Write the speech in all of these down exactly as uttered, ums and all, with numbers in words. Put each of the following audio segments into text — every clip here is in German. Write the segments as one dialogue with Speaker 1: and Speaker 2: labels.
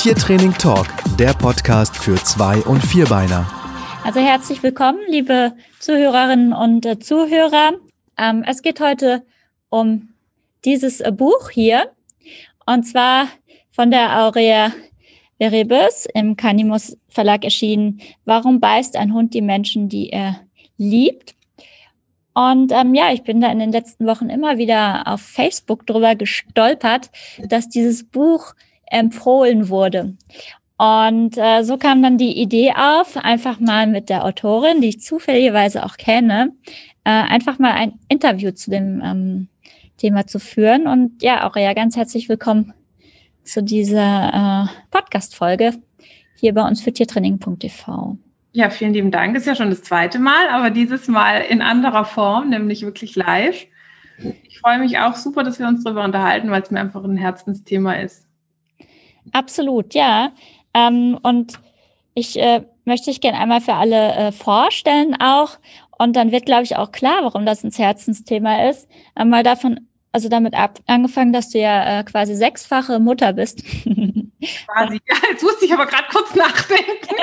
Speaker 1: Tiertraining Talk, der Podcast für Zwei- und Vierbeiner.
Speaker 2: Also herzlich willkommen, liebe Zuhörerinnen und äh, Zuhörer. Ähm, es geht heute um dieses äh, Buch hier, und zwar von der Aurea Verebus im Canimos Verlag erschienen. Warum beißt ein Hund die Menschen, die er liebt? Und ähm, ja, ich bin da in den letzten Wochen immer wieder auf Facebook drüber gestolpert, dass dieses Buch empfohlen wurde. Und äh, so kam dann die Idee auf, einfach mal mit der Autorin, die ich zufälligerweise auch kenne, äh, einfach mal ein Interview zu dem ähm, Thema zu führen. Und ja, Aurea, ganz herzlich willkommen zu dieser äh, Podcast-Folge hier bei uns für tiertraining punkt t v.
Speaker 3: Ja, vielen lieben Dank. Das ist ja schon das zweite Mal, aber dieses Mal in anderer Form, nämlich wirklich live. Ich freue mich auch super, dass wir uns darüber unterhalten, weil es mir einfach ein Herzensthema ist.
Speaker 2: Absolut, ja. Ähm, und ich äh, möchte dich gerne einmal für alle äh, vorstellen auch. Und dann wird, glaube ich, auch klar, warum das ein Herzensthema ist. Ähm, mal davon, also damit ab, angefangen, dass du ja äh, quasi sechsfache Mutter bist.
Speaker 3: Quasi. Ja, jetzt musste ich aber gerade kurz nachdenken.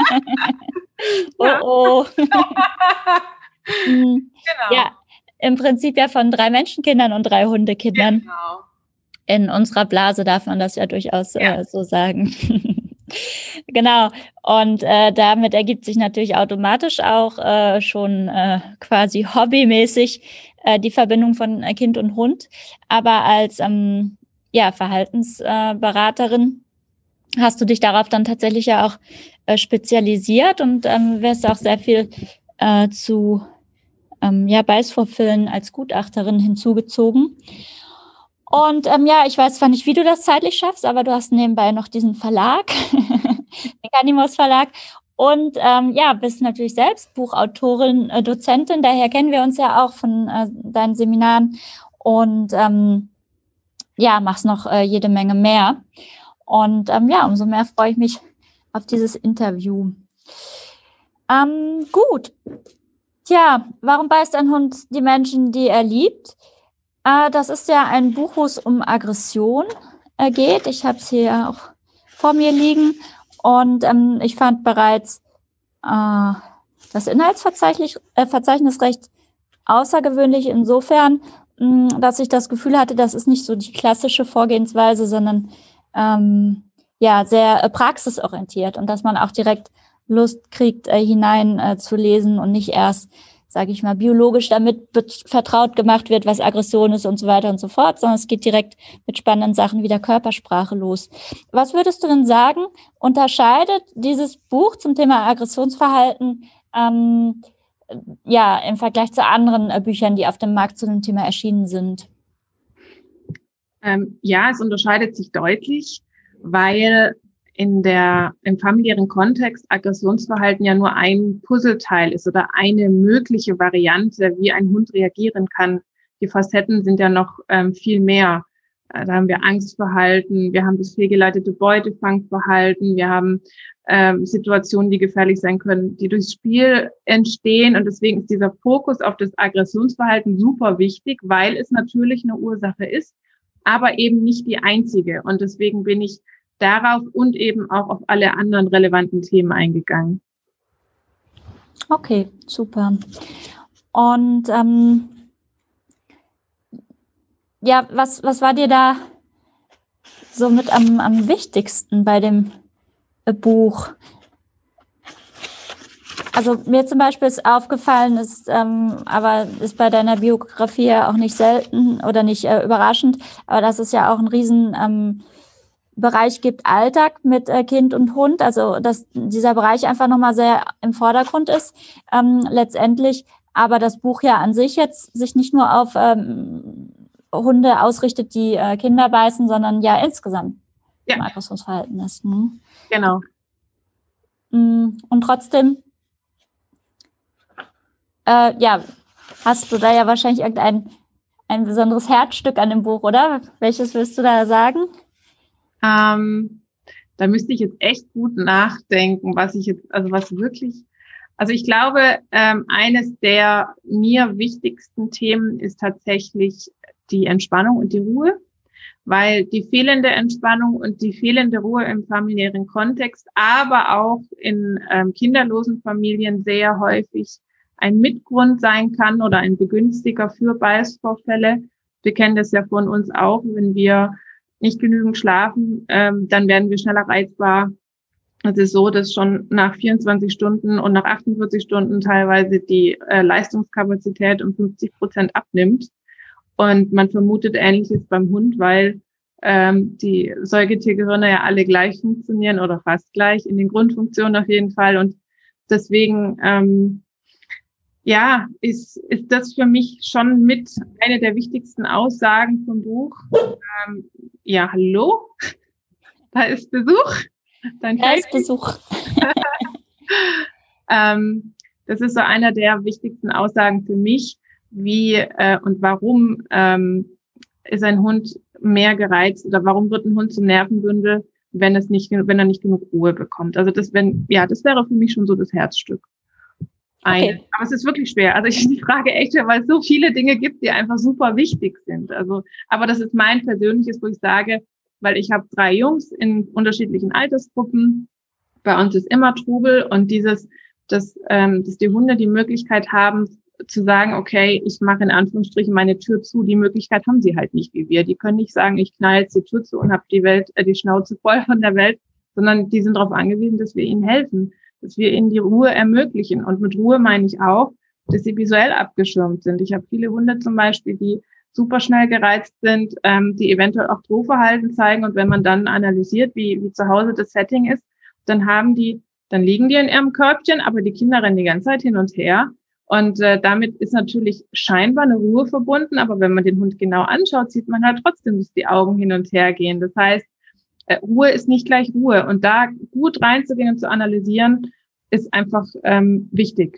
Speaker 2: Oh, oh.
Speaker 3: Genau.
Speaker 2: Ja, im Prinzip ja von drei Menschenkindern und drei Hundekindern.
Speaker 3: Genau.
Speaker 2: In unserer Blase darf man das ja durchaus
Speaker 3: Ja.
Speaker 2: äh, so sagen. Genau. Und äh, damit ergibt sich natürlich automatisch auch äh, schon äh, quasi hobbymäßig äh, die Verbindung von äh, Kind und Hund. Aber als ähm, ja, Verhaltensberaterin äh, hast du dich darauf dann tatsächlich ja auch äh, spezialisiert und ähm, wirst auch sehr viel äh, zu ähm, ja, Beißvorfällen als Gutachterin hinzugezogen. Und ähm, ja, ich weiß zwar nicht, wie du das zeitlich schaffst, aber du hast nebenbei noch diesen Verlag, den Canimos Verlag. Und ähm, ja, bist natürlich selbst Buchautorin, äh, Dozentin, daher kennen wir uns ja auch von äh, deinen Seminaren. Und ähm, ja, machst noch äh, jede Menge mehr. Und ähm, ja, umso mehr freue ich mich auf dieses Interview. Ähm, gut. Tja, warum beißt ein Hund die Menschen, die er liebt? Äh, das ist ja ein Buch, wo es um Aggression äh, geht. Ich habe es hier auch vor mir liegen. Und ähm, ich fand bereits äh, das Inhaltsverzeichnis äh, Verzeichnis recht außergewöhnlich insofern, mh, dass ich das Gefühl hatte, das ist nicht so die klassische Vorgehensweise, sondern ähm, ja sehr äh, praxisorientiert und dass man auch direkt Lust kriegt, äh, hinein äh, zu lesen und nicht erst, sage ich mal, biologisch damit bet- vertraut gemacht wird, was Aggression ist und so weiter und so fort, sondern es geht direkt mit spannenden Sachen wie der Körpersprache los. Was würdest du denn sagen, unterscheidet dieses Buch zum Thema Aggressionsverhalten ähm, ja im Vergleich zu anderen äh, Büchern, die auf dem Markt zu dem Thema erschienen sind?
Speaker 3: Ähm, ja, es unterscheidet sich deutlich, weil in der, im familiären Kontext Aggressionsverhalten ja nur ein Puzzleteil ist oder eine mögliche Variante, wie ein Hund reagieren kann. Die Facetten sind ja noch ähm, viel mehr. Äh, da haben wir Angstverhalten, wir haben das fehlgeleitete Beutefangverhalten, wir haben ähm, Situationen, die gefährlich sein können, die durchs Spiel entstehen. Und deswegen ist dieser Fokus auf das Aggressionsverhalten super wichtig, weil es natürlich eine Ursache ist, aber eben nicht die einzige. Und deswegen bin ich darauf und eben auch auf alle anderen relevanten Themen eingegangen.
Speaker 2: Okay, super. Und ähm, ja, was, was war dir da so mit am, am wichtigsten bei dem äh, Buch? Also mir zum Beispiel ist aufgefallen, ist, ähm, aber ist bei deiner Biografie ja auch nicht selten oder nicht äh, überraschend, aber das ist ja auch ein riesen ähm, Bereich gibt, Alltag mit äh, Kind und Hund, also dass dieser Bereich einfach nochmal sehr im Vordergrund ist, ähm, letztendlich, aber das Buch ja an sich jetzt sich nicht nur auf ähm, Hunde ausrichtet, die äh, Kinder beißen, sondern ja insgesamt
Speaker 3: Ja.
Speaker 2: im Aggressionsverhalten ist. Hm?
Speaker 3: Genau.
Speaker 2: Und trotzdem, äh, ja, hast du da ja wahrscheinlich irgendein ein besonderes Herzstück an dem Buch, oder? Welches willst du da sagen?
Speaker 3: Ähm, da müsste ich jetzt echt gut nachdenken, was ich jetzt, also was wirklich, also ich glaube, ähm, eines der mir wichtigsten Themen ist tatsächlich die Entspannung und die Ruhe, weil die fehlende Entspannung und die fehlende Ruhe im familiären Kontext, aber auch in ähm, kinderlosen Familien sehr häufig ein Mitgrund sein kann oder ein Begünstiger für Beißvorfälle. Wir kennen das ja von uns auch, wenn wir nicht genügend schlafen, ähm, dann werden wir schneller reizbar. Es ist so, dass schon nach vierundzwanzig Stunden und nach achtundvierzig Stunden teilweise die äh, Leistungskapazität um fünfzig Prozent abnimmt. Und man vermutet Ähnliches beim Hund, weil ähm, die Säugetiergehirne ja alle gleich funktionieren oder fast gleich, in den Grundfunktionen auf jeden Fall. Und deswegen, ähm, ja, ist, ist das für mich schon mit eine der wichtigsten Aussagen vom Buch. Ähm, ja, hallo, da ist Besuch. Dein
Speaker 2: da ist Besuch.
Speaker 3: ähm, das ist so einer der wichtigsten Aussagen für mich. Wie äh, und warum ähm, ist ein Hund mehr gereizt oder warum wird ein Hund zum Nervenbündel, wenn es nicht, wenn er nicht genug Ruhe bekommt? Also das, wenn, ja, das wäre für mich schon so das Herzstück. Eine. Okay. Aber es ist wirklich schwer. Also ich die Frage echt schwer, weil es so viele Dinge gibt, die einfach super wichtig sind. Also, aber das ist mein persönliches, wo ich sage, weil ich habe drei Jungs in unterschiedlichen Altersgruppen. Bei uns ist immer Trubel und dieses, dass, ähm, dass die Hunde die Möglichkeit haben, zu sagen, okay, ich mache in Anführungsstrichen meine Tür zu, die Möglichkeit haben sie halt nicht wie wir. Die können nicht sagen, ich knall jetzt die Tür zu und habe die Welt, äh, die Schnauze voll von der Welt, sondern die sind darauf angewiesen, dass wir ihnen helfen, dass wir ihnen die Ruhe ermöglichen. Und mit Ruhe meine ich auch, dass sie visuell abgeschirmt sind. Ich habe viele Hunde zum Beispiel, die super schnell gereizt sind, ähm, die eventuell auch Drohverhalten zeigen. Und wenn man dann analysiert, wie, wie zu Hause das Setting ist, dann haben die, dann liegen die in ihrem Körbchen, aber die Kinder rennen die ganze Zeit hin und her. Und äh, damit ist natürlich scheinbar eine Ruhe verbunden, aber wenn man den Hund genau anschaut, sieht man halt trotzdem, dass die Augen hin und her gehen. Das heißt, äh, Ruhe ist nicht gleich Ruhe. Und da gut reinzugehen und zu analysieren, ist einfach ähm, wichtig.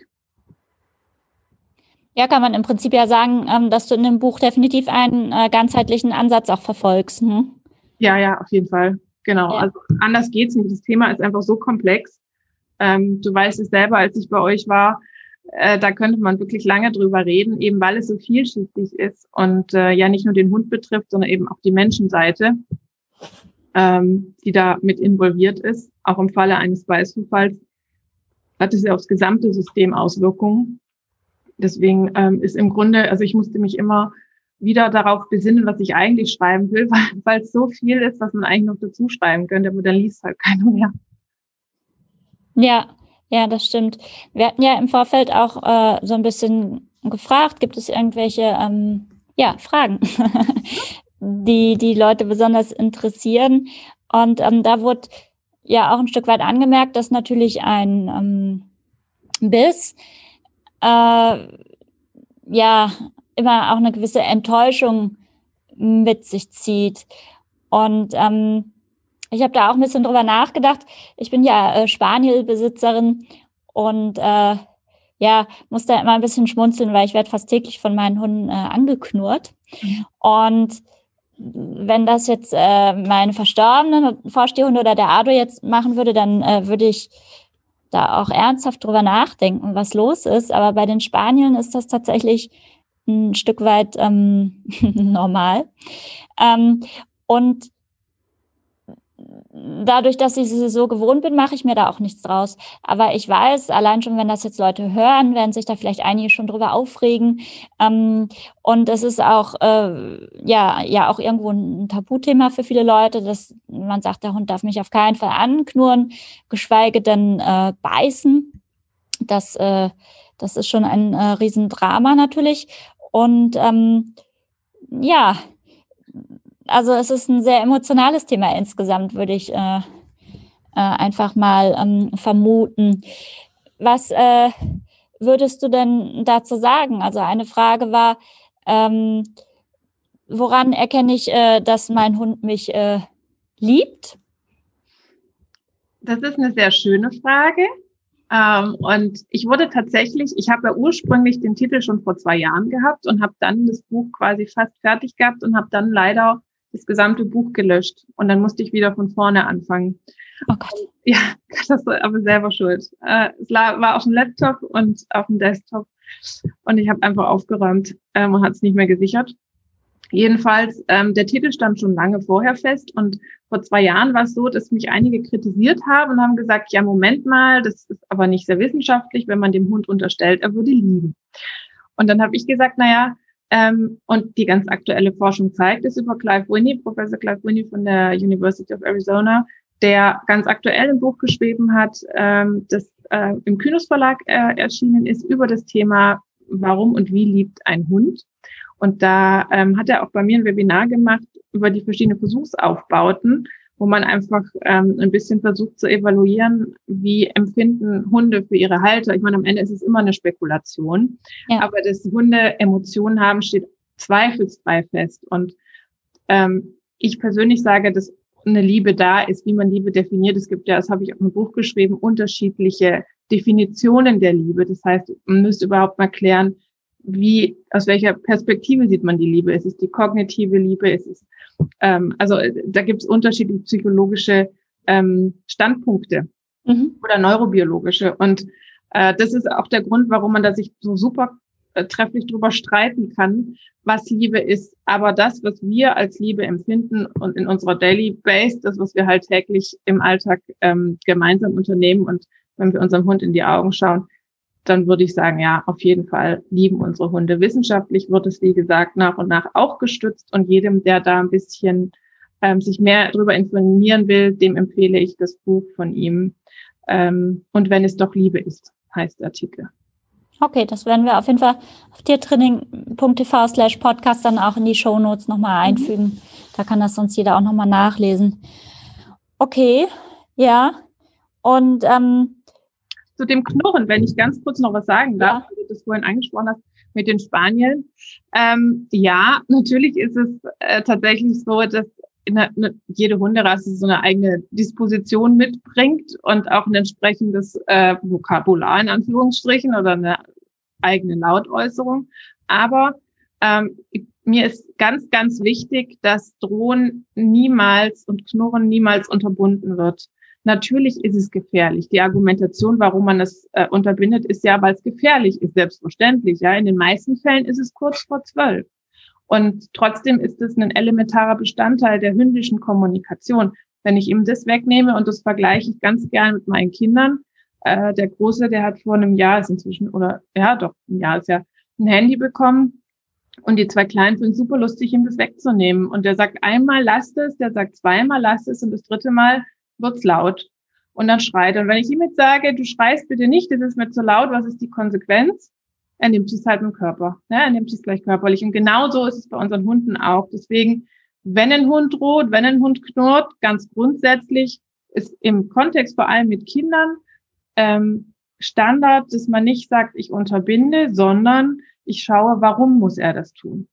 Speaker 2: Ja, kann man im Prinzip ja sagen, ähm, dass du in dem Buch definitiv einen äh, ganzheitlichen Ansatz auch verfolgst. Hm?
Speaker 3: Ja, ja, auf jeden Fall. Genau. Ja. Also anders geht's nicht. Das Thema ist einfach so komplex. Ähm, du weißt es selber, als ich bei euch war, Äh, da könnte man wirklich lange drüber reden, eben weil es so vielschichtig ist und äh, ja nicht nur den Hund betrifft, sondern eben auch die Menschenseite, ähm, die da mit involviert ist. Auch im Falle eines Beißvorfalls hat es ja aufs gesamte System Auswirkungen. Deswegen ähm, ist im Grunde, also ich musste mich immer wieder darauf besinnen, was ich eigentlich schreiben will, weil, weil es so viel ist, was man eigentlich noch dazu schreiben könnte, aber dann liest halt keiner mehr.
Speaker 2: Ja. Ja, das stimmt. Wir hatten ja im Vorfeld auch äh, so ein bisschen gefragt, gibt es irgendwelche ähm, ja, Fragen, die die Leute besonders interessieren. Und ähm, da wurde ja auch ein Stück weit angemerkt, dass natürlich ein ähm, Biss äh, ja immer auch eine gewisse Enttäuschung mit sich zieht. Und ähm, ich habe da auch ein bisschen drüber nachgedacht. Ich bin ja äh, Spaniel-Besitzerin und äh, ja, muss da immer ein bisschen schmunzeln, weil ich werde fast täglich von meinen Hunden äh, angeknurrt. Mhm. Und wenn das jetzt äh, meine verstorbenen Vorstehhunde oder der Ado jetzt machen würde, dann äh, würde ich da auch ernsthaft drüber nachdenken, was los ist. Aber bei den Spanieln ist das tatsächlich ein Stück weit ähm, normal. Ähm, und dadurch, dass ich sie so gewohnt bin, mache ich mir da auch nichts draus. Aber ich weiß, allein schon, wenn das jetzt Leute hören, werden sich da vielleicht einige schon drüber aufregen. Ähm, und es ist auch, äh, ja, ja, auch irgendwo ein Tabuthema für viele Leute, dass man sagt, der Hund darf mich auf keinen Fall anknurren, geschweige denn äh, beißen. Das, äh, das ist schon ein äh, Riesendrama natürlich. Und ähm, ja, also es ist ein sehr emotionales Thema insgesamt, würde ich äh, äh, einfach mal ähm, vermuten. Was äh, würdest du denn dazu sagen? Also eine Frage war, ähm, woran erkenne ich, äh, dass mein Hund mich äh, liebt?
Speaker 3: Das ist eine sehr schöne Frage. Ähm, und ich wurde tatsächlich, ich habe ja ursprünglich den Titel schon vor zwei Jahren gehabt und habe dann das Buch quasi fast fertig gehabt und habe dann leider das gesamte Buch gelöscht. Und dann musste ich wieder von vorne anfangen.
Speaker 2: Oh Gott.
Speaker 3: Ja, das war aber selber schuld. Äh, es war auf dem Laptop und auf dem Desktop. Und ich habe einfach aufgeräumt ähm, und hat es nicht mehr gesichert. Jedenfalls, ähm, der Titel stand schon lange vorher fest und vor zwei Jahren war es so, dass mich einige kritisiert haben und haben gesagt, ja, Moment mal, das ist aber nicht sehr wissenschaftlich, wenn man dem Hund unterstellt, er würde lieben. Und dann habe ich gesagt, naja, ähm, und die ganz aktuelle Forschung zeigt es über Clive Winnie, Professor Clive Winnie von der University of Arizona, der ganz aktuell ein Buch geschrieben hat, ähm, das äh, im Kynos Verlag äh, erschienen ist, über das Thema, warum und wie liebt ein Hund. Und da ähm, hat er auch bei mir ein Webinar gemacht über die verschiedenen Versuchsaufbauten, wo man einfach ähm, ein bisschen versucht zu evaluieren, wie empfinden Hunde für ihre Halter. Ich meine, am Ende ist es immer eine Spekulation. Ja. Aber dass Hunde Emotionen haben, steht zweifelsfrei fest. Und ähm, ich persönlich sage, dass eine Liebe da ist, wie man Liebe definiert. Es gibt ja, das habe ich auch im Buch geschrieben, unterschiedliche Definitionen der Liebe. Das heißt, man müsste überhaupt mal klären, wie, aus welcher Perspektive sieht man die Liebe? Ist es die kognitive Liebe? Ist es, ähm, also da gibt es unterschiedliche psychologische ähm, Standpunkte mhm. oder neurobiologische. Und äh, das ist auch der Grund, warum man da sich so super äh, trefflich drüber streiten kann, was Liebe ist. Aber das, was wir als Liebe empfinden und in unserer Daily Base, das, was wir halt täglich im Alltag ähm, gemeinsam unternehmen und wenn wir unserem Hund in die Augen schauen, dann würde ich sagen, ja, auf jeden Fall lieben unsere Hunde. Wissenschaftlich wird es, wie gesagt, nach und nach auch gestützt. Und jedem, der da ein bisschen ähm, sich mehr darüber informieren will, dem empfehle ich das Buch von ihm. Ähm, und wenn es doch Liebe ist, heißt der Artikel.
Speaker 2: Okay, das werden wir auf jeden Fall auf tiertraining punkt t v slash podcast dann auch in die Shownotes nochmal einfügen. Mhm. Da kann das sonst jeder auch nochmal nachlesen. Okay, ja. Und ähm,
Speaker 3: zu dem Knurren, wenn ich ganz kurz noch was sagen darf, ja. weil du das vorhin angesprochen hast mit den Spanieln. Ähm, ja, natürlich ist es äh, tatsächlich so, dass eine, eine, jede Hunderasse so eine eigene Disposition mitbringt und auch ein entsprechendes äh, Vokabular in Anführungsstrichen oder eine eigene Lautäußerung. Aber ähm, mir ist ganz, ganz wichtig, dass Drohen niemals und Knurren niemals unterbunden wird. Natürlich ist es gefährlich. Die Argumentation, warum man es äh, unterbindet, ist ja, weil es gefährlich ist, selbstverständlich. Ja, in den meisten Fällen ist es kurz vor zwölf. Und trotzdem ist es ein elementarer Bestandteil der hündischen Kommunikation. Wenn ich ihm das wegnehme, und das vergleiche ich ganz gern mit meinen Kindern, äh, der Große, der hat vor einem Jahr, ist inzwischen, oder ja doch, ein Jahr ist ja, ein Handy bekommen. Und die zwei Kleinen finden es super lustig, ihm das wegzunehmen. Und der sagt einmal, lasst es, der sagt zweimal, lasst es, und das dritte Mal wird's laut. Und dann schreit er. Und wenn ich ihm jetzt sage, du schreist bitte nicht, das ist mir zu laut, was ist die Konsequenz? Er nimmt es halt mit dem Körper. Ja, er nimmt es gleich körperlich. Und genauso ist es bei unseren Hunden auch. Deswegen, wenn ein Hund droht, wenn ein Hund knurrt, ganz grundsätzlich ist im Kontext vor allem mit Kindern ähm, Standard, dass man nicht sagt, ich unterbinde, sondern ich schaue, warum muss er das tun?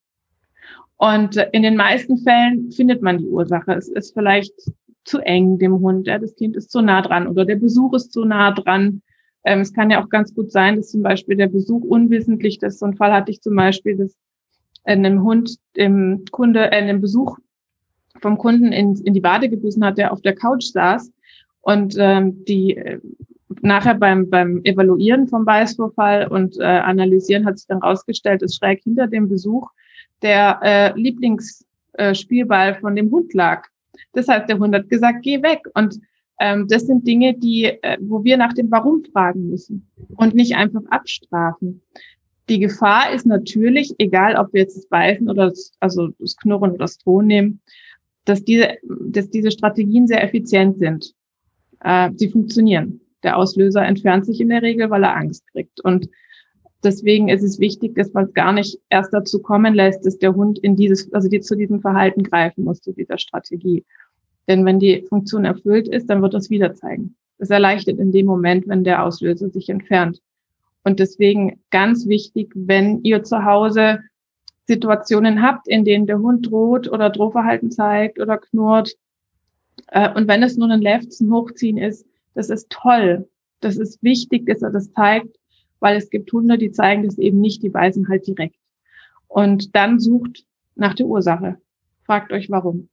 Speaker 3: Und in den meisten Fällen findet man die Ursache. Es ist vielleicht zu eng dem Hund, ja, das Kind ist zu nah dran oder der Besuch ist zu nah dran. Ähm, es kann ja auch ganz gut sein, dass zum Beispiel der Besuch unwissentlich, das so ein Fall hatte ich zum Beispiel, dass einem Hund dem Kunde, äh, dem Besuch vom Kunden in, in die Wade gebissen hat, der auf der Couch saß und ähm, die äh, nachher beim beim Evaluieren vom Beißvorfall und äh, Analysieren hat sich dann rausgestellt, dass schräg hinter dem Besuch der äh, Lieblingsspielball äh, von dem Hund lag. Das heißt, der Hund hat gesagt, geh weg. Und ähm, das sind Dinge, die, äh, wo wir nach dem Warum fragen müssen und nicht einfach abstrafen. Die Gefahr ist natürlich, egal ob wir jetzt das Beißen oder das, also das Knurren oder das Drohen nehmen, dass diese, dass diese Strategien sehr effizient sind. Äh, sie funktionieren. Der Auslöser entfernt sich in der Regel, weil er Angst kriegt. Und deswegen ist es wichtig, dass man es gar nicht erst dazu kommen lässt, dass der Hund in dieses, also die, zu diesem Verhalten greifen muss, zu dieser Strategie. Denn wenn die Funktion erfüllt ist, dann wird das wieder zeigen. Das erleichtert in dem Moment, wenn der Auslöser sich entfernt. Und deswegen ganz wichtig, wenn ihr zu Hause Situationen habt, in denen der Hund droht oder Drohverhalten zeigt oder knurrt, äh, und wenn es nur ein Lefzen hochziehen ist, das ist toll. Das ist wichtig, dass er das zeigt, weil es gibt Hunde, die zeigen das eben nicht, die beißen halt direkt. Und dann sucht nach der Ursache. Fragt euch, warum.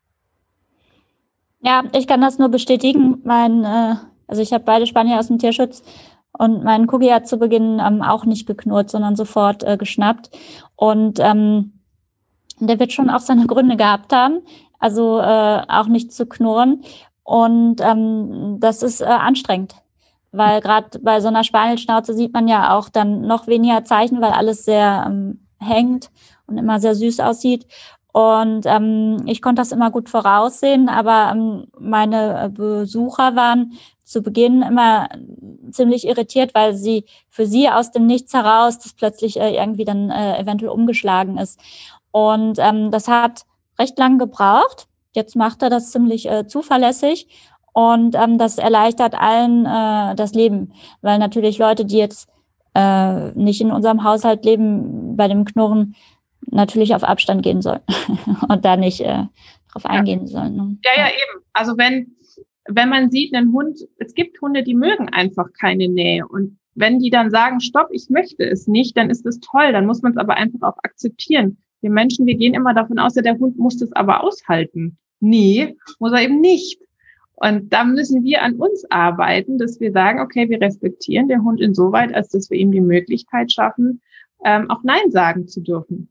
Speaker 2: Ja, ich kann das nur bestätigen. Mein, äh, also ich habe beide Spanier aus dem Tierschutz und mein Cookie hat zu Beginn ähm, auch nicht geknurrt, sondern sofort äh, geschnappt. Und ähm, der wird schon auch seine Gründe gehabt haben, also äh, auch nicht zu knurren. Und ähm, das ist äh, anstrengend, weil gerade bei so einer Spanielschnauze sieht man ja auch dann noch weniger Zeichen, weil alles sehr ähm, hängt und immer sehr süß aussieht. Und ähm, ich konnte das immer gut voraussehen, aber ähm, meine Besucher waren zu Beginn immer ziemlich irritiert, weil sie für sie aus dem Nichts heraus das plötzlich äh, irgendwie dann äh, eventuell umgeschlagen ist. Und ähm, das hat recht lang gebraucht. Jetzt macht er das ziemlich äh, zuverlässig und ähm, das erleichtert allen äh, das Leben, weil natürlich Leute, die jetzt äh, nicht in unserem Haushalt leben, bei dem Knurren natürlich auf Abstand gehen sollen und da nicht äh, drauf eingehen ja. sollen. Ne?
Speaker 3: Ja, ja, eben. Also wenn, wenn man sieht, ein Hund, es gibt Hunde, die mögen einfach keine Nähe. Und wenn die dann sagen, stopp, ich möchte es nicht, dann ist es toll. Dann muss man es aber einfach auch akzeptieren. Wir Menschen, wir gehen immer davon aus, ja, der Hund muss das aber aushalten. Nee, muss er eben nicht. Und da müssen wir an uns arbeiten, dass wir sagen, okay, wir respektieren den Hund insoweit, als dass wir ihm die Möglichkeit schaffen, ähm, auch Nein sagen zu dürfen.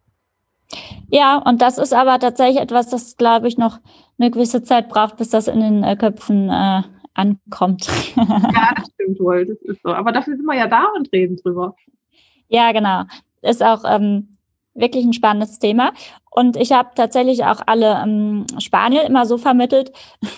Speaker 2: Ja, und das ist aber tatsächlich etwas, das, glaube ich, noch eine gewisse Zeit braucht, bis das in den äh, Köpfen äh, ankommt.
Speaker 3: Ja, das stimmt wohl, das ist so. Aber dafür sind wir ja da und reden drüber.
Speaker 2: Ja, genau. Ist auch ähm, wirklich ein spannendes Thema. Und ich habe tatsächlich auch alle ähm, Spaniel immer so vermittelt,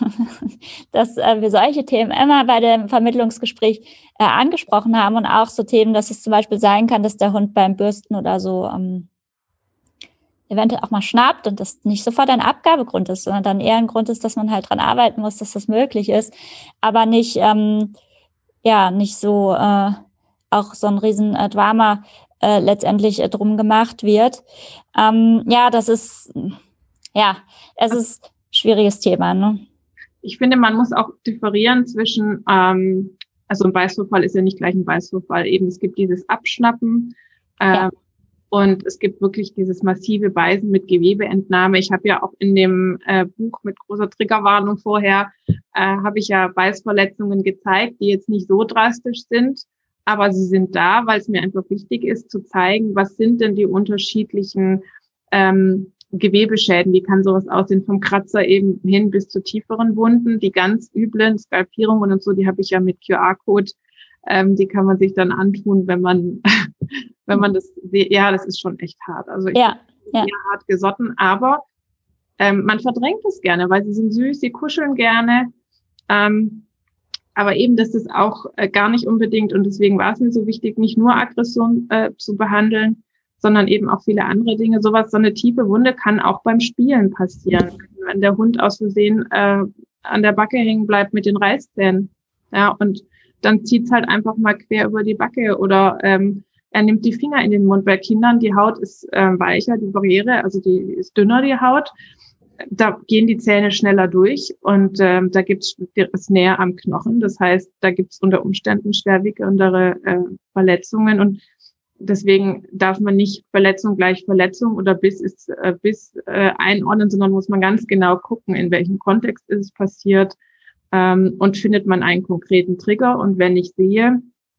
Speaker 2: dass äh, wir solche Themen immer bei dem Vermittlungsgespräch äh, angesprochen haben und auch so Themen, dass es zum Beispiel sein kann, dass der Hund beim Bürsten oder so ähm, eventuell auch mal schnappt und das nicht sofort ein Abgabegrund ist, sondern dann eher ein Grund ist, dass man halt dran arbeiten muss, dass das möglich ist, aber nicht, ähm, ja, nicht so äh, auch so ein riesen äh, Drama äh, letztendlich äh, drum gemacht wird. Ähm, ja, das ist, ja, es ist ein schwieriges Thema, ne?
Speaker 3: Ich finde, man muss auch differieren zwischen, ähm, also ein Beißvorfall ist ja nicht gleich ein Beißvorfall, eben es gibt dieses Abschnappen, äh, ja. Und es gibt wirklich dieses massive Beißen mit Gewebeentnahme. Ich habe ja auch in dem äh, Buch mit großer Triggerwarnung vorher, äh, habe ich ja Beißverletzungen gezeigt, die jetzt nicht so drastisch sind, aber sie sind da, weil es mir einfach wichtig ist, zu zeigen, was sind denn die unterschiedlichen ähm, Gewebeschäden, wie kann sowas aussehen, vom Kratzer eben hin bis zu tieferen Wunden, die ganz üblen Skalpierungen und so, die habe ich ja mit Q R-Code, ähm, die kann man sich dann antun, wenn man wenn man das, ja, das ist schon echt hart. Also ich
Speaker 2: ja,
Speaker 3: bin
Speaker 2: ja.
Speaker 3: sehr hart gesotten, aber ähm, man verdrängt es gerne, weil sie sind süß, sie kuscheln gerne. Ähm, aber eben, das ist auch äh, gar nicht unbedingt, und deswegen war es mir so wichtig, nicht nur Aggression äh, zu behandeln, sondern eben auch viele andere Dinge. Sowas, so eine tiefe Wunde kann auch beim Spielen passieren. Wenn der Hund aus Versehen äh, an der Backe hängen bleibt mit den Reißzähnen. Ja, und dann zieht's halt einfach mal quer über die Backe oder ähm, er nimmt die Finger in den Mund. Bei Kindern, die Haut ist äh, weicher, die Barriere, also die ist dünner, die Haut. Da gehen die Zähne schneller durch und ähm, da gibt's es näher am Knochen. Das heißt, da gibt's unter Umständen schwerwiegendere äh, Verletzungen und deswegen darf man nicht Verletzung gleich Verletzung oder Biss ist äh, Biss äh, einordnen, sondern muss man ganz genau gucken, in welchem Kontext ist es passiert ähm, und findet man einen konkreten Trigger. Und wenn ich sehe,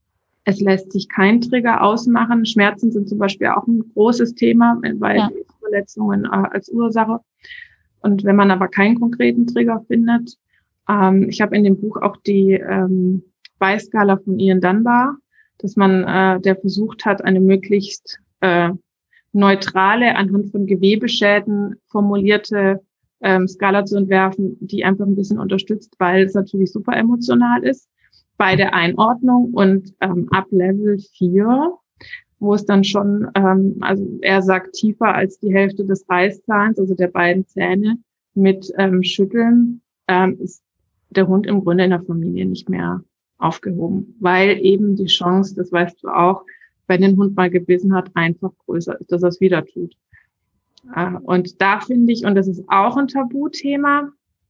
Speaker 3: es lässt sich kein Trigger ausmachen. Schmerzen sind zum Beispiel auch ein großes Thema, weil ja. Verletzungen äh, als Ursache. Und wenn man aber keinen konkreten Trigger findet, ähm, ich habe in dem Buch auch die ähm, Beißskala von Ian Dunbar, dass man, äh, der versucht hat, eine möglichst äh, neutrale, anhand von Gewebeschäden formulierte ähm, Skala zu entwerfen, die einfach ein bisschen unterstützt, weil es natürlich super emotional ist bei der Einordnung und ähm, ab Level vier, wo es dann schon, ähm, also er sagt tiefer als die Hälfte des Reißzahns, also der beiden Zähne mit ähm, Schütteln, ähm, ist der Hund im Grunde in der Familie nicht mehr aufgehoben, weil eben die Chance, das weißt du auch, wenn den Hund mal gebissen hat, einfach größer ist, dass er es wieder tut. Äh, und da finde ich, und das ist auch ein Tabuthema,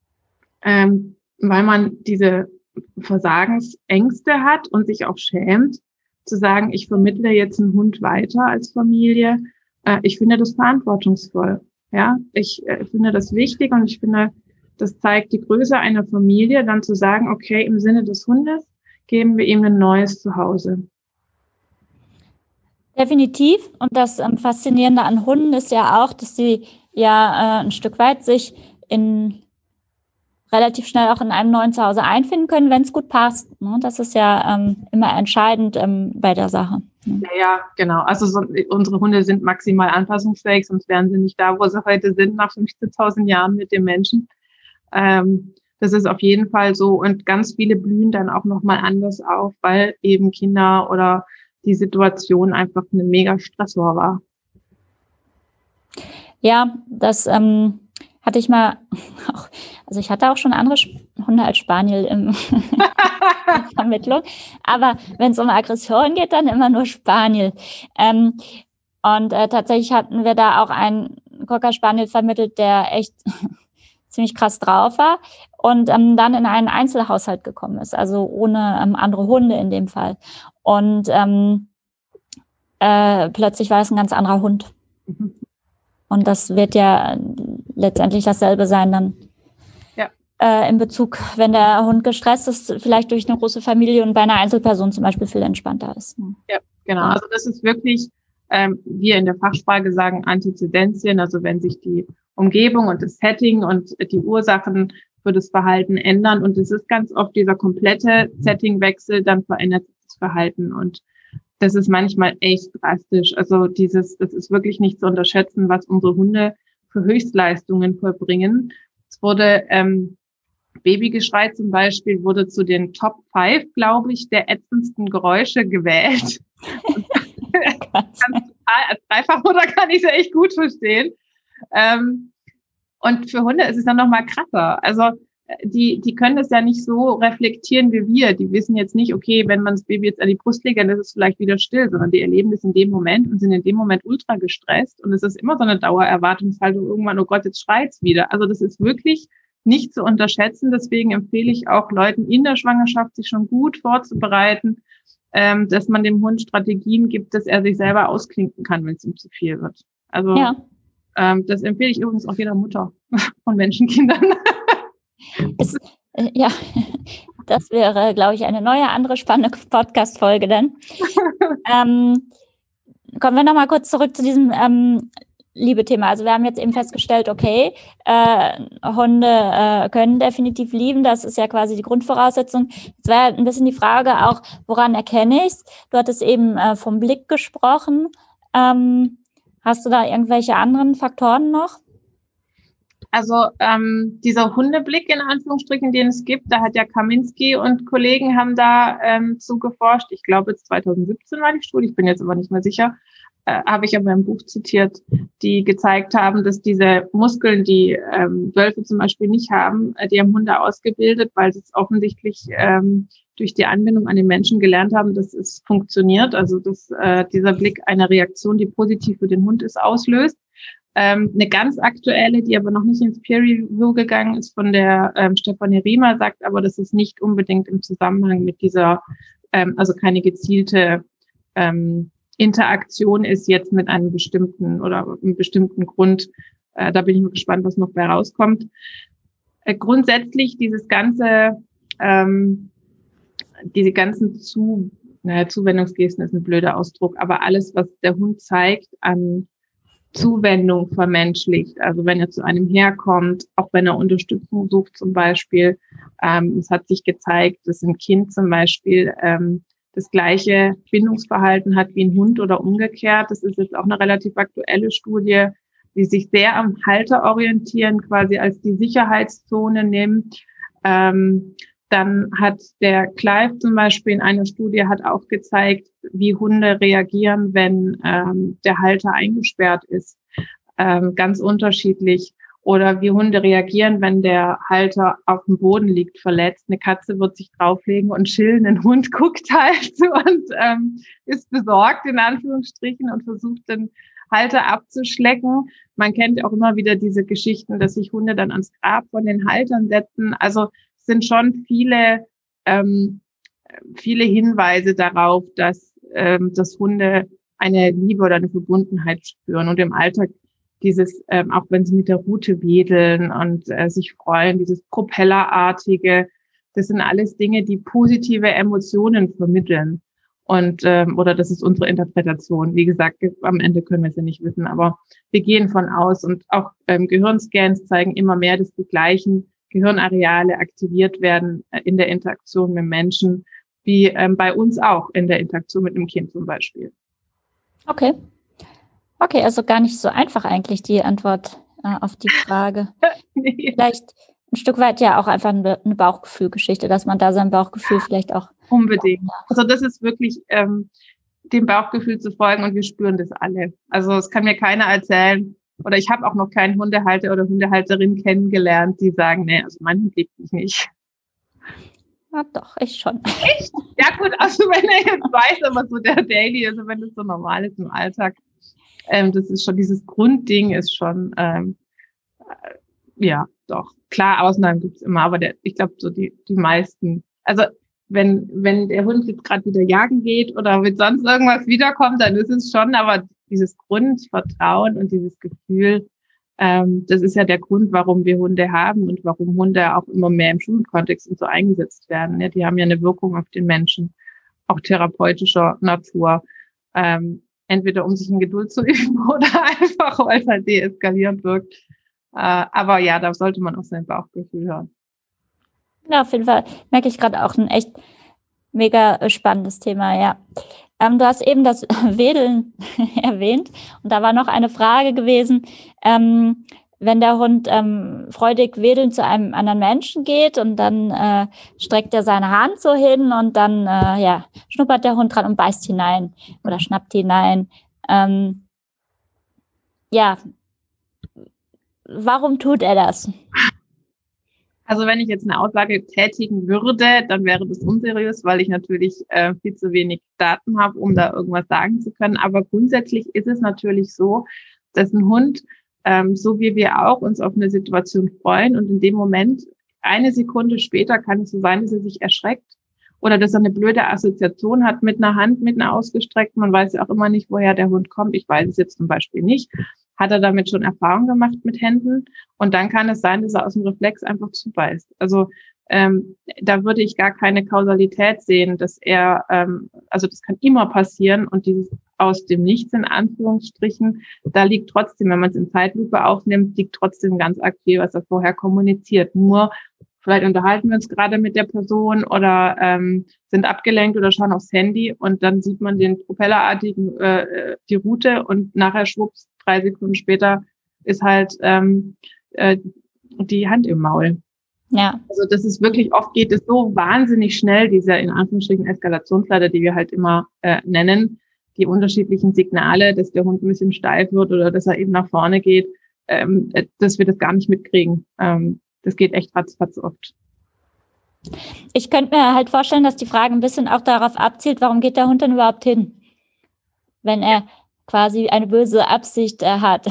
Speaker 3: ähm, weil man diese Versagensängste hat und sich auch schämt, zu sagen, ich vermittle jetzt einen Hund weiter als Familie. Äh, ich finde das verantwortungsvoll. Ja, ich äh, finde das wichtig und ich finde, das zeigt die Größe einer Familie, dann zu sagen, okay, im Sinne des Hundes geben wir ihm ein neues Zuhause.
Speaker 2: Definitiv. Und das ähm, Faszinierende an Hunden ist ja auch, dass sie ja äh, ein Stück weit sich in relativ schnell auch in einem neuen Zuhause einfinden können, wenn es gut passt. Ne? Das ist ja ähm, immer entscheidend ähm, bei der Sache.
Speaker 3: Ja, ja, genau. Also so, unsere Hunde sind maximal anpassungsfähig, sonst wären sie nicht da, wo sie heute sind, nach fünfzehntausend Jahren mit dem Menschen. Ähm, das ist auf jeden Fall so. Und ganz viele blühen dann auch nochmal anders auf, weil eben Kinder oder die Situation einfach eine mega Stressor war.
Speaker 2: Ja, das ähm, hatte ich mal auch, also ich hatte auch schon andere Hunde als Spaniel im in der Vermittlung, aber wenn es um Aggression geht, dann immer nur Spaniel. Ähm, und äh, tatsächlich hatten wir da auch einen Cocker Spaniel vermittelt, der echt ziemlich krass drauf war und ähm, dann in einen Einzelhaushalt gekommen ist, also ohne ähm, andere Hunde in dem Fall. Und ähm, äh, plötzlich war es ein ganz anderer Hund. Mhm. Und das wird ja letztendlich dasselbe sein dann ja. äh, in Bezug, wenn der Hund gestresst ist, vielleicht durch eine große Familie und bei einer Einzelperson zum Beispiel viel entspannter ist.
Speaker 3: Ja, genau. Ja. Also das ist wirklich, ähm, wir in der Fachsprache sagen Antizidenzien, also wenn sich die Umgebung und das Setting und die Ursachen für das Verhalten ändern. Und es ist ganz oft dieser komplette Settingwechsel, dann verändert sich das Verhalten. Und das ist manchmal echt drastisch. Also dieses, das ist wirklich nicht zu unterschätzen, was unsere Hunde für Höchstleistungen vollbringen. Es wurde ähm, Babygeschrei zum Beispiel wurde zu den Top Five, glaube ich, der ätzendsten Geräusche gewählt. Ganz total, als Dreifachmutter kann ich es echt gut verstehen. Ähm, und für Hunde ist es dann noch mal krasser. Also die die können das ja nicht so reflektieren wie wir. Die wissen jetzt nicht, okay, wenn man das Baby jetzt an die Brust legt, dann ist es vielleicht wieder still, sondern die erleben das in dem Moment und sind in dem Moment ultra gestresst. Und es ist immer so eine Dauererwartungshaltung, irgendwann, oh Gott, jetzt schreit's wieder. Also das ist wirklich nicht zu unterschätzen. Deswegen empfehle ich auch Leuten in der Schwangerschaft, sich schon gut vorzubereiten, ähm, dass man dem Hund Strategien gibt, dass er sich selber ausklinken kann, wenn es ihm zu viel wird. Also ja. ähm, das empfehle ich übrigens auch jeder Mutter von Menschenkindern.
Speaker 2: Ist, äh, ja, das wäre, glaube ich, eine neue, andere spannende Podcast-Folge dann. ähm, kommen wir nochmal kurz zurück zu diesem ähm, Liebe-Thema. Also wir haben jetzt eben festgestellt, okay, äh, Hunde äh, können definitiv lieben, das ist ja quasi die Grundvoraussetzung. Jetzt wäre ein bisschen die Frage auch, woran erkenne ich es? Du hattest eben äh, vom Blick gesprochen. Ähm, hast du da irgendwelche anderen Faktoren noch?
Speaker 3: Also ähm, dieser Hundeblick in Anführungsstrichen, den es gibt, da hat ja Kaminski und Kollegen haben da ähm, zu geforscht. Ich glaube, jetzt zwanzig siebzehn war die Studie, ich bin jetzt aber nicht mehr sicher, äh, habe ich aber im Buch zitiert, die gezeigt haben, dass diese Muskeln, die ähm, Wölfe zum Beispiel nicht haben, äh, die haben Hunde ausgebildet, weil sie es offensichtlich ähm, durch die Anbindung an den Menschen gelernt haben, dass es funktioniert. Also dass äh, dieser Blick eine Reaktion, die positiv für den Hund ist, auslöst. Ähm, eine ganz aktuelle, die aber noch nicht ins Peer Review gegangen ist, von der ähm, Stefanie Riemer, sagt aber, dass es nicht unbedingt im Zusammenhang mit dieser, ähm, also keine gezielte ähm, Interaktion ist jetzt mit einem bestimmten oder einem bestimmten Grund. Äh, da bin ich mal gespannt, was noch bei rauskommt. Äh, grundsätzlich dieses ganze, ähm, diese ganzen zu, naja, Zuwendungsgesten ist ein blöder Ausdruck, aber alles, was der Hund zeigt an Zuwendung vermenschlicht, also wenn er zu einem herkommt, auch wenn er Unterstützung sucht zum Beispiel. Ähm, es hat sich gezeigt, dass ein Kind zum Beispiel ähm, das gleiche Bindungsverhalten hat wie ein Hund oder umgekehrt. Das ist jetzt auch eine relativ aktuelle Studie, die sich sehr am Halter orientieren, quasi als die Sicherheitszone nimmt. Ähm, Dann hat der Clive zum Beispiel in einer Studie hat auch gezeigt, wie Hunde reagieren, wenn ähm, der Halter eingesperrt ist. Ähm, ganz unterschiedlich. Oder wie Hunde reagieren, wenn der Halter auf dem Boden liegt, verletzt. Eine Katze wird sich drauflegen und chillen. Ein Hund guckt halt und ähm, ist besorgt, in Anführungsstrichen, und versucht, den Halter abzuschlecken. Man kennt auch immer wieder diese Geschichten, dass sich Hunde dann ans Grab von den Haltern setzen. Also sind schon viele ähm, viele Hinweise darauf, dass ähm, dass Hunde eine Liebe oder eine Verbundenheit spüren und im Alltag dieses, ähm, auch wenn sie mit der Rute wedeln und äh, sich freuen, dieses Propellerartige, das sind alles Dinge, die positive Emotionen vermitteln. Und ähm, oder das ist unsere Interpretation. Wie gesagt, am Ende können wir es ja nicht wissen, aber wir gehen von aus. Und auch ähm, Gehirnscans zeigen immer mehr, dass die gleichen Gehirnareale aktiviert werden äh, in der Interaktion mit Menschen, wie ähm, bei uns auch in der Interaktion mit einem Kind zum Beispiel.
Speaker 2: Okay. Okay, also gar nicht so einfach eigentlich die Antwort äh, auf die Frage. Nee. Vielleicht ein Stück weit ja auch einfach eine, eine Bauchgefühlgeschichte, dass man da sein Bauchgefühl ja, vielleicht auch...
Speaker 3: Unbedingt. Also das ist wirklich ähm, dem Bauchgefühl zu folgen und wir spüren das alle. Also es kann mir keiner erzählen oder ich habe auch noch keinen Hundehalter oder Hundehalterin kennengelernt, die sagen, nee, also mein Hund liebt mich nicht.
Speaker 2: Ja, doch, ich schon.
Speaker 3: Echt? Ja gut, also wenn er jetzt weiß, aber so der Daily, also wenn das so normal ist im Alltag, ähm, das ist schon, dieses Grundding ist schon, ähm, äh, ja, doch. Klar, Ausnahmen gibt's immer, aber der, ich glaube so die die meisten, also wenn wenn der Hund jetzt gerade wieder jagen geht oder mit sonst irgendwas wiederkommt, dann ist es schon, aber dieses Grundvertrauen und dieses Gefühl, ähm, das ist ja der Grund, warum wir Hunde haben und warum Hunde auch immer mehr im Schulkontext und so eingesetzt werden. Ja, die haben ja eine Wirkung auf den Menschen, auch therapeutischer Natur. Ähm, entweder um sich in Geduld zu üben oder einfach, weil es halt deeskalierend wirkt. Äh, aber ja, da sollte man auf sein Bauchgefühl hören.
Speaker 2: Ja, auf jeden Fall merke ich gerade auch ein echt mega spannendes Thema, ja. Ähm, du hast eben das Wedeln erwähnt und da war noch eine Frage gewesen, ähm, wenn der Hund ähm, freudig wedelnd zu einem anderen Menschen geht und dann äh, streckt er seine Hand so hin und dann äh, ja, schnuppert der Hund dran und beißt hinein oder schnappt hinein. Ähm, ja, warum tut er das?
Speaker 3: Also wenn ich jetzt eine Aussage tätigen würde, dann wäre das unseriös, weil ich natürlich äh, viel zu wenig Daten habe, um da irgendwas sagen zu können. Aber grundsätzlich ist es natürlich so, dass ein Hund, ähm, so wie wir auch, uns auf eine Situation freuen und in dem Moment, eine Sekunde später kann es so sein, dass er sich erschreckt oder dass er eine blöde Assoziation hat mit einer Hand, mit einer ausgestreckten. Man weiß ja auch immer nicht, woher der Hund kommt. Ich weiß es jetzt zum Beispiel nicht. Hat er damit schon Erfahrung gemacht mit Händen? Und dann kann es sein, dass er aus dem Reflex einfach zubeißt. Also ähm, da würde ich gar keine Kausalität sehen, dass er, ähm, also das kann immer passieren und dieses aus dem Nichts in Anführungsstrichen, da liegt trotzdem, wenn man es in Zeitlupe aufnimmt, liegt trotzdem ganz arg viel, was er vorher kommuniziert. Nur vielleicht unterhalten wir uns gerade mit der Person oder ähm, sind abgelenkt oder schauen aufs Handy und dann sieht man den propellerartigen, äh, die Route und nachher schwupps, drei Sekunden später ist halt ähm, äh, die Hand im Maul.
Speaker 2: Ja.
Speaker 3: Also das ist wirklich, oft geht es so wahnsinnig schnell, diese in Anführungsstrichen Eskalationsleiter, die wir halt immer äh, nennen, die unterschiedlichen Signale, dass der Hund ein bisschen steif wird oder dass er eben nach vorne geht, ähm, dass wir das gar nicht mitkriegen. Ähm, das geht echt ratzfatz oft.
Speaker 2: Ich könnte mir halt vorstellen, dass die Frage ein bisschen auch darauf abzielt, warum geht der Hund denn überhaupt hin, wenn er quasi eine böse Absicht äh, hat.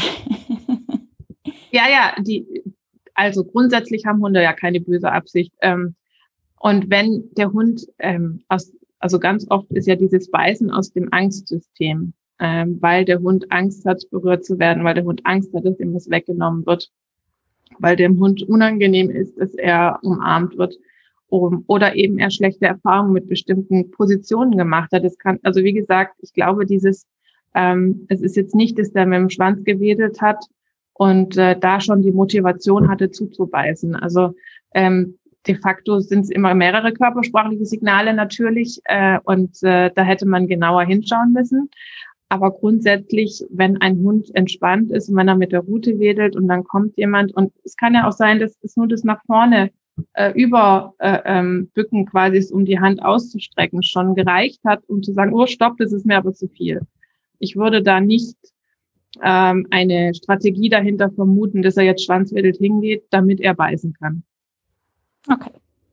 Speaker 3: Ja, ja, die, also grundsätzlich haben Hunde ja keine böse Absicht. Ähm, und wenn der Hund, ähm, aus, also ganz oft ist ja dieses Beißen aus dem Angstsystem, ähm, weil der Hund Angst hat, berührt zu werden, weil der Hund Angst hat, dass ihm was weggenommen wird, weil dem Hund unangenehm ist, dass er umarmt wird, um, oder eben er schlechte Erfahrungen mit bestimmten Positionen gemacht hat. Das kann, also wie gesagt, ich glaube, dieses, ähm, es ist jetzt nicht, dass der mit dem Schwanz gewedelt hat und äh, da schon die Motivation hatte, zuzubeißen. Also ähm, de facto sind es immer mehrere körpersprachliche Signale natürlich äh, und äh, da hätte man genauer hinschauen müssen. Aber grundsätzlich, wenn ein Hund entspannt ist und wenn er mit der Rute wedelt und dann kommt jemand und es kann ja auch sein, dass es nur das nach vorne äh, über äh, ähm, Bücken quasi ist, um die Hand auszustrecken, schon gereicht hat, um zu sagen, oh stopp, das ist mir aber zu viel. Ich würde da nicht ähm, eine Strategie dahinter vermuten, dass er jetzt schwanzwedelt hingeht, damit er beißen kann.
Speaker 2: Okay.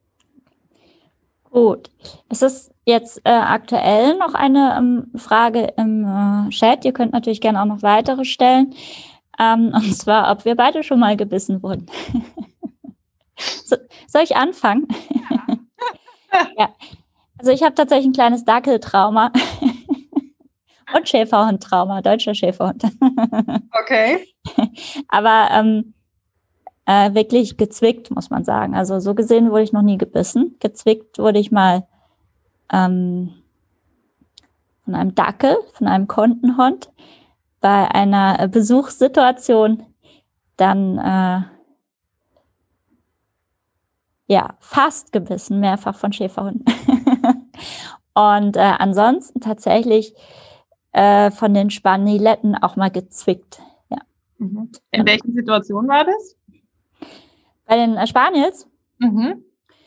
Speaker 2: Gut. Es ist jetzt äh, aktuell noch eine ähm, Frage im äh, Chat. Ihr könnt natürlich gerne auch noch weitere stellen. Ähm, und zwar, ob wir beide schon mal gebissen wurden. so, soll ich anfangen? Ja. Ja. Also ich habe tatsächlich ein kleines Dackeltrauma. Und Schäferhund-Trauma, deutscher Schäferhund.
Speaker 3: Okay.
Speaker 2: Aber ähm, äh, wirklich gezwickt, muss man sagen. Also so gesehen wurde ich noch nie gebissen. Gezwickt wurde ich mal ähm, von einem Dackel, von einem Kundenhund bei einer Besuchssituation dann äh, ja fast gebissen, mehrfach von Schäferhunden. Und äh, ansonsten tatsächlich äh, von den Spanieletten auch mal gezwickt. Ja.
Speaker 3: Mhm. In welchen Situationen war das?
Speaker 2: Bei den äh, Spaniels?
Speaker 3: Mhm.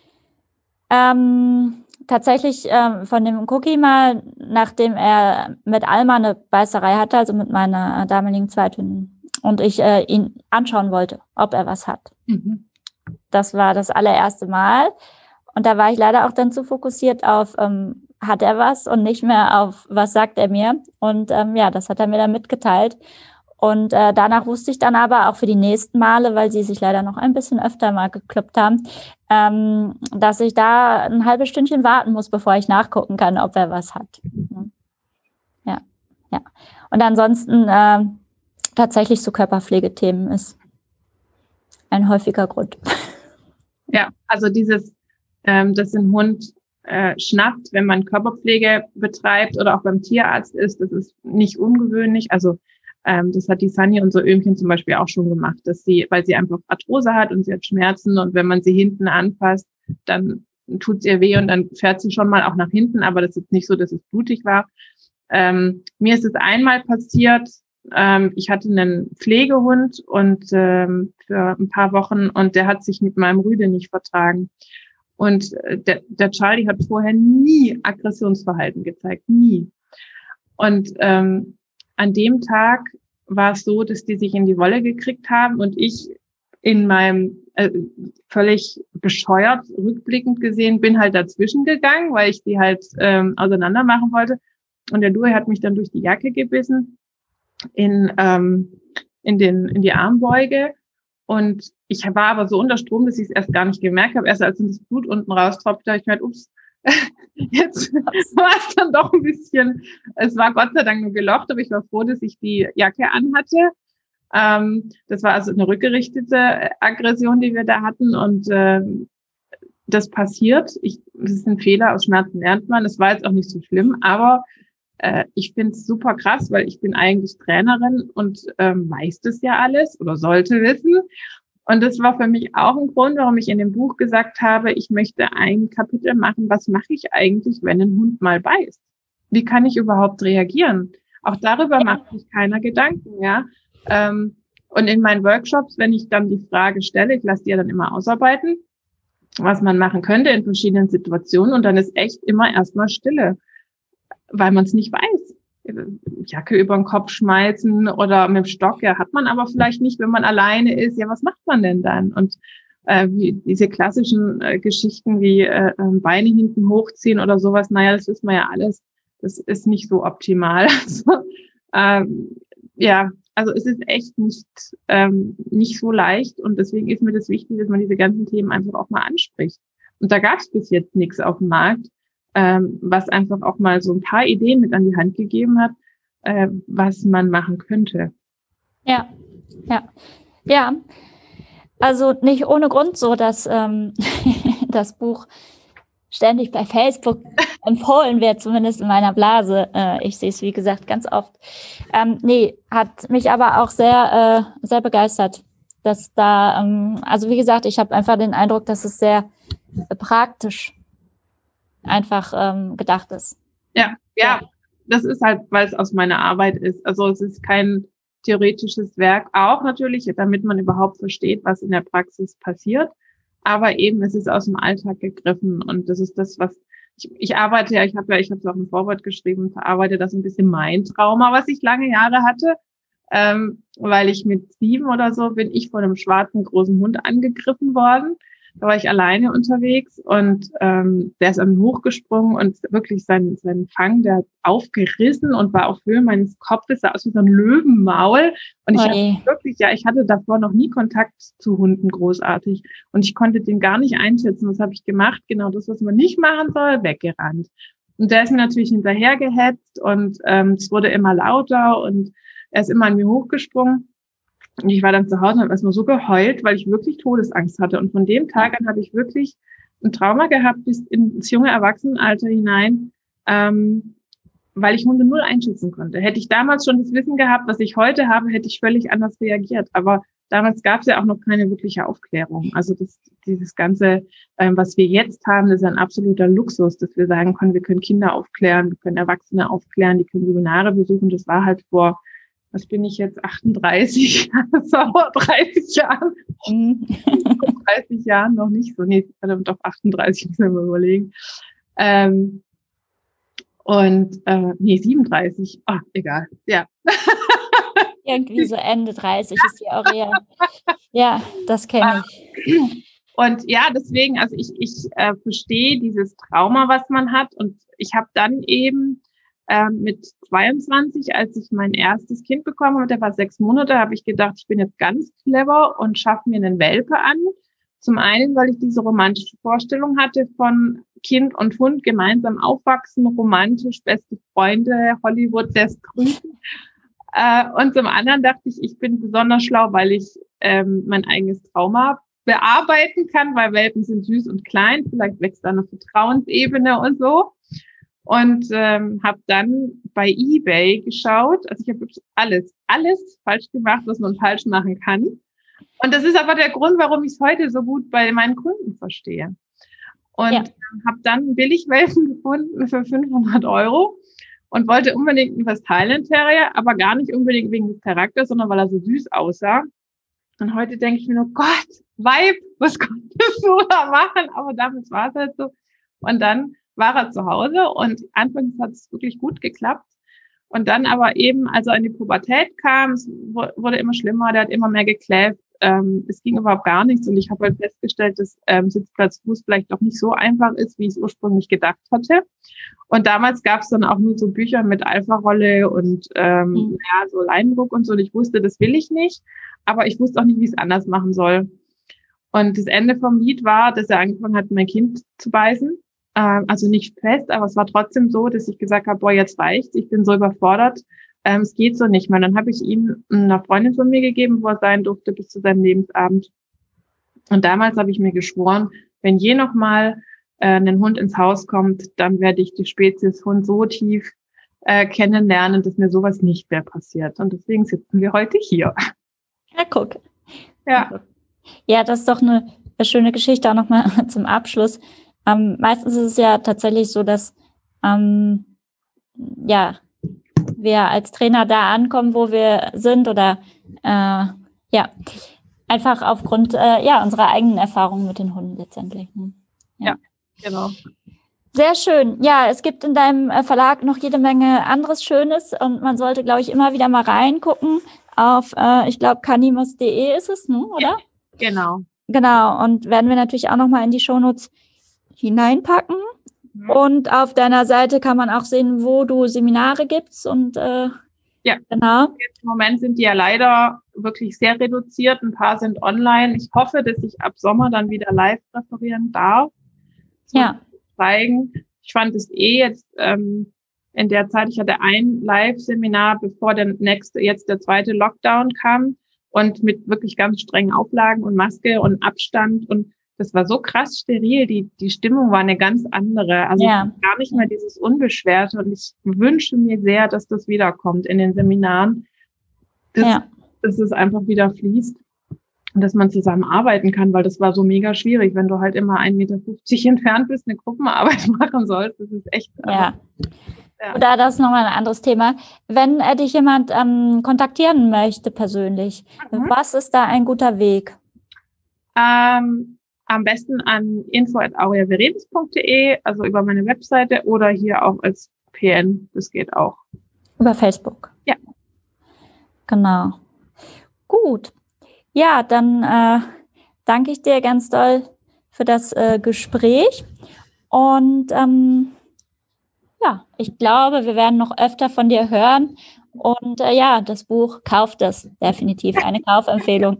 Speaker 2: Ähm, tatsächlich ähm, von dem Cookie mal, nachdem er mit Alma eine Beißerei hatte, also mit meiner damaligen Zweithündin, und ich äh, ihn anschauen wollte, ob er was hat.
Speaker 3: Mhm.
Speaker 2: Das war das allererste Mal. Und da war ich leider auch dann zu fokussiert auf, ähm, hat er was und nicht mehr auf, was sagt er mir. Und ähm, ja, das hat er mir dann mitgeteilt. Und äh, danach wusste ich dann aber auch für die nächsten Male, weil sie sich leider noch ein bisschen öfter mal gekloppt haben, ähm, dass ich da ein halbes Stündchen warten muss, bevor ich nachgucken kann, ob er was hat. Ja, ja. Und ansonsten äh, tatsächlich so Körperpflegethemen ist ein häufiger Grund.
Speaker 3: Ja, also dieses, ähm, dass ein Hund äh, schnappt, wenn man Körperpflege betreibt oder auch beim Tierarzt ist, das ist nicht ungewöhnlich. Also Ähm, das hat die Sunny, unser Öhmchen, zum Beispiel auch schon gemacht, dass sie, weil sie einfach Arthrose hat und sie hat Schmerzen und wenn man sie hinten anfasst, dann tut es ihr weh und dann fährt sie schon mal auch nach hinten, aber das ist nicht so, dass es blutig war. Ähm, mir ist es einmal passiert, ähm, ich hatte einen Pflegehund und ähm, für ein paar Wochen und der hat sich mit meinem Rüde nicht vertragen. Und äh, der, der Charlie hat vorher nie Aggressionsverhalten gezeigt, nie. Und ähm, an dem Tag war es so, dass die sich in die Wolle gekriegt haben und ich in meinem äh, völlig bescheuert rückblickend gesehen bin halt dazwischen gegangen, weil ich die halt ähm, auseinander machen wollte. Und der Louis hat mich dann durch die Jacke gebissen in ähm, in den in die Armbeuge und ich war aber so unter Strom, dass ich es erst gar nicht gemerkt habe. Erst als das Blut unten raustropfte, habe ich gedacht, ups, jetzt war es dann doch ein bisschen, es war Gott sei Dank nur gelocht, aber ich war froh, dass ich die Jacke anhatte. Ähm, das war also eine rückgerichtete Aggression, die wir da hatten und ähm, das passiert. Ich, das ist ein Fehler, aus Schmerzen lernt man. Das war jetzt auch nicht so schlimm, aber äh, ich finde es super krass, weil ich bin eigentlich Trainerin und ähm, weiß das ja alles oder sollte wissen. Und das war für mich auch ein Grund, warum ich in dem Buch gesagt habe, ich möchte ein Kapitel machen, was mache ich eigentlich, wenn ein Hund mal beißt? Wie kann ich überhaupt reagieren? Auch darüber ja. macht sich keiner Gedanken, ja. Ähm, und in meinen Workshops, wenn ich dann die Frage stelle, ich lasse die ja dann immer ausarbeiten, was man machen könnte in verschiedenen Situationen, und dann ist echt immer erstmal Stille, weil man es nicht weiß. Jacke über den Kopf schmeißen oder mit dem Stock, ja, hat man aber vielleicht nicht, wenn man alleine ist. Ja, was macht man denn dann? Und äh, wie diese klassischen äh, Geschichten wie äh, Beine hinten hochziehen oder sowas, naja, das wissen wir ja alles. Das ist nicht so optimal. Also, ähm, ja, also es ist echt nicht ähm, nicht so leicht und deswegen ist mir das wichtig, dass man diese ganzen Themen einfach auch mal anspricht. Und da gab es bis jetzt nichts auf dem Markt, ähm, was einfach auch mal so ein paar Ideen mit an die Hand gegeben hat, äh, was man machen könnte.
Speaker 2: Ja, ja, ja. Also nicht ohne Grund so, dass ähm, das Buch ständig bei Facebook empfohlen wird, zumindest in meiner Blase. Äh, ich sehe es, wie gesagt, ganz oft. Ähm, nee, hat mich aber auch sehr, äh, sehr begeistert, dass da, ähm, also wie gesagt, ich habe einfach den Eindruck, dass es sehr äh, praktisch einfach ähm, gedacht ist.
Speaker 3: Ja, ja, ja, das ist halt, weil es aus meiner Arbeit ist. Also es ist kein theoretisches Werk, auch natürlich, damit man überhaupt versteht, was in der Praxis passiert. Aber eben, es ist aus dem Alltag gegriffen und das ist das, was ich, ich arbeite ja, ich habe ja, ich habe es auch im Vorwort geschrieben, verarbeite das ein bisschen mein Trauma, was ich lange Jahre hatte, ähm, weil ich mit sieben oder so bin ich von einem schwarzen großen Hund angegriffen worden. Da war ich alleine unterwegs und ähm, der ist an mich hochgesprungen und wirklich sein, sein Fang, der hat aufgerissen und war auf Höhe meines Kopfes, sah aus wie so ein Löwenmaul. Und ich hatte wirklich, ja, ich hatte davor noch nie Kontakt zu Hunden großartig und ich konnte den gar nicht einschätzen. Was habe ich gemacht? Genau das, was man nicht machen soll, weggerannt. Und der ist mir natürlich hinterhergehetzt und ähm, es wurde immer lauter und er ist immer an mir hochgesprungen. Und ich war dann zu Hause und habe erstmal so geheult, weil ich wirklich Todesangst hatte. Und von dem Tag an habe ich wirklich ein Trauma gehabt bis ins junge Erwachsenenalter hinein, ähm, weil ich Hunde null einschätzen konnte. Hätte ich damals schon das Wissen gehabt, was ich heute habe, hätte ich völlig anders reagiert. Aber damals gab es ja auch noch keine wirkliche Aufklärung. Also das, dieses Ganze, ähm, was wir jetzt haben, das ist ein absoluter Luxus, dass wir sagen können, wir können Kinder aufklären, wir können Erwachsene aufklären, die können Seminare besuchen. Das war halt vor, was bin ich jetzt, achtunddreißig, das war vor dreißig Jahren, dreißig Jahren noch nicht so, nee, doch achtunddreißig, müssen wir mal überlegen. Ähm, und, äh, nee, siebenunddreißig, ah, egal, ja.
Speaker 2: Irgendwie so Ende dreißig ist die Aurea. Ja, das kenne ich.
Speaker 3: Und ja, deswegen, also ich, ich äh, verstehe dieses Trauma, was man hat. Und ich habe dann eben äh, mit zweiundzwanzig, als ich mein erstes Kind bekommen habe, der war sechs Monate, habe ich gedacht, ich bin jetzt ganz clever und schaffe mir einen Welpe an. Zum einen, weil ich diese romantische Vorstellung hatte von Kind und Hund gemeinsam aufwachsen, romantisch, beste Freunde, Hollywood lässt grüßen. Äh, und zum anderen dachte ich, ich bin besonders schlau, weil ich ähm, mein eigenes Trauma bearbeiten kann, weil Welpen sind süß und klein, vielleicht wächst da eine Vertrauensebene und so. Und ähm, habe dann bei eBay geschaut, also ich habe wirklich alles, alles falsch gemacht, was man falsch machen kann. Und das ist aber der Grund, warum ich es heute so gut bei meinen Kunden verstehe. Und ja. habe dann Billigwelpen gefunden für fünfhundert Euro und wollte unbedingt einen West Highland Terrier, aber gar nicht unbedingt wegen des Charakters, sondern weil er so süß aussah. Und heute denke ich mir nur, Gott, Weib, was konntest du da machen? Aber damals war es halt so. Und dann war er zu Hause und anfangs hat es wirklich gut geklappt. Und dann aber eben, als er in die Pubertät kam, es wurde immer schlimmer, der hat immer mehr gekläfft. Ähm, es ging überhaupt gar nichts und ich habe halt festgestellt, dass ähm, Sitzplatz Fuß vielleicht doch nicht so einfach ist, wie ich es ursprünglich gedacht hatte. Und damals gab es dann auch nur so Bücher mit Alpha-Rolle und ähm, mhm. ja, so Leinendruck und so. Und ich wusste, das will ich nicht, aber ich wusste auch nicht, wie ich es anders machen soll. Und das Ende vom Lied war, dass er angefangen hat, mein Kind zu beißen. Ähm, also nicht fest, aber es war trotzdem so, dass ich gesagt habe, boah, jetzt reicht's, ich bin so überfordert. Ähm, es geht so nicht mehr. Dann habe ich ihn einer Freundin von mir gegeben, wo er sein durfte bis zu seinem Lebensabend. Und damals habe ich mir geschworen, wenn je noch mal äh, ein Hund ins Haus kommt, dann werde ich die Spezies Hund so tief äh, kennenlernen, dass mir sowas nicht mehr passiert. Und deswegen sitzen wir heute hier.
Speaker 2: Ja, guck.
Speaker 3: Ja,
Speaker 2: ja, das ist doch eine, eine schöne Geschichte auch nochmal zum Abschluss. Ähm, meistens ist es ja tatsächlich so, dass ähm, ja wir als Trainer da ankommen, wo wir sind oder äh, ja, einfach aufgrund äh, ja unserer eigenen Erfahrungen mit den Hunden letztendlich. Ne?
Speaker 3: Ja. ja, genau.
Speaker 2: Sehr schön. Ja, es gibt in deinem äh, Verlag noch jede Menge anderes Schönes und man sollte, glaube ich, immer wieder mal reingucken auf, äh, ich glaube, canimos punkt de ist es, ne? Oder?
Speaker 3: Ja, genau.
Speaker 2: Genau, und werden wir natürlich auch nochmal in die Shownotes hineinpacken. Mhm. Und auf deiner Seite kann man auch sehen, wo du Seminare gibst und äh,
Speaker 3: ja,
Speaker 2: genau.
Speaker 3: Jetzt im Moment sind die ja leider wirklich sehr reduziert. Ein paar sind online. Ich hoffe, dass ich ab Sommer dann wieder live referieren darf.
Speaker 2: Ja.
Speaker 3: Zeigen. Ich fand es eh jetzt ähm, in der Zeit, ich hatte ein Live-Seminar, bevor der nächste, jetzt der zweite Lockdown kam und mit wirklich ganz strengen Auflagen und Maske und Abstand und das war so krass steril, die die Stimmung war eine ganz andere, also
Speaker 2: ja.
Speaker 3: gar nicht mehr dieses Unbeschwerte und ich wünsche mir sehr, dass das wiederkommt in den Seminaren, dass,
Speaker 2: ja.
Speaker 3: dass es einfach wieder fließt und dass man zusammen arbeiten kann, weil das war so mega schwierig, wenn du halt immer ein Meter fünfzig entfernt bist, eine Gruppenarbeit machen sollst, das ist echt...
Speaker 2: Ja. Ja. Oder das ist nochmal ein anderes Thema. Wenn äh, dich jemand ähm, kontaktieren möchte persönlich, mhm. was ist da ein guter Weg?
Speaker 3: Ähm, am besten an info at aureaveredens punkt de, also über meine Webseite oder hier auch als P N, das geht auch.
Speaker 2: Über Facebook?
Speaker 3: Ja.
Speaker 2: Genau. Gut. Ja, dann äh, danke ich dir ganz doll für das äh, Gespräch und ähm, ja, ich glaube, wir werden noch öfter von dir hören. Und äh, ja, das Buch, kauft es. Definitiv eine Kaufempfehlung.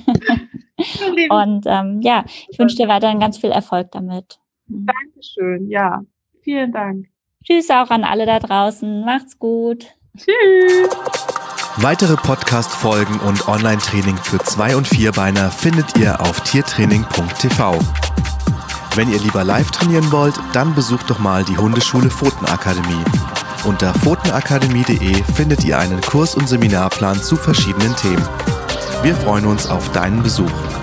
Speaker 2: Und ähm, ja, ich wünsche dir weiterhin ganz viel Erfolg damit.
Speaker 3: Dankeschön, ja. Vielen Dank.
Speaker 2: Tschüss auch an alle da draußen. Macht's gut.
Speaker 3: Tschüss.
Speaker 1: Weitere Podcast-Folgen und Online-Training für Zwei- und Vierbeiner findet ihr auf tiertraining punkt t v. Wenn ihr lieber live trainieren wollt, dann besucht doch mal die Hundeschule Pfotenakademie. Unter pfotenakademie punkt de findet ihr einen Kurs- und Seminarplan zu verschiedenen Themen. Wir freuen uns auf deinen Besuch.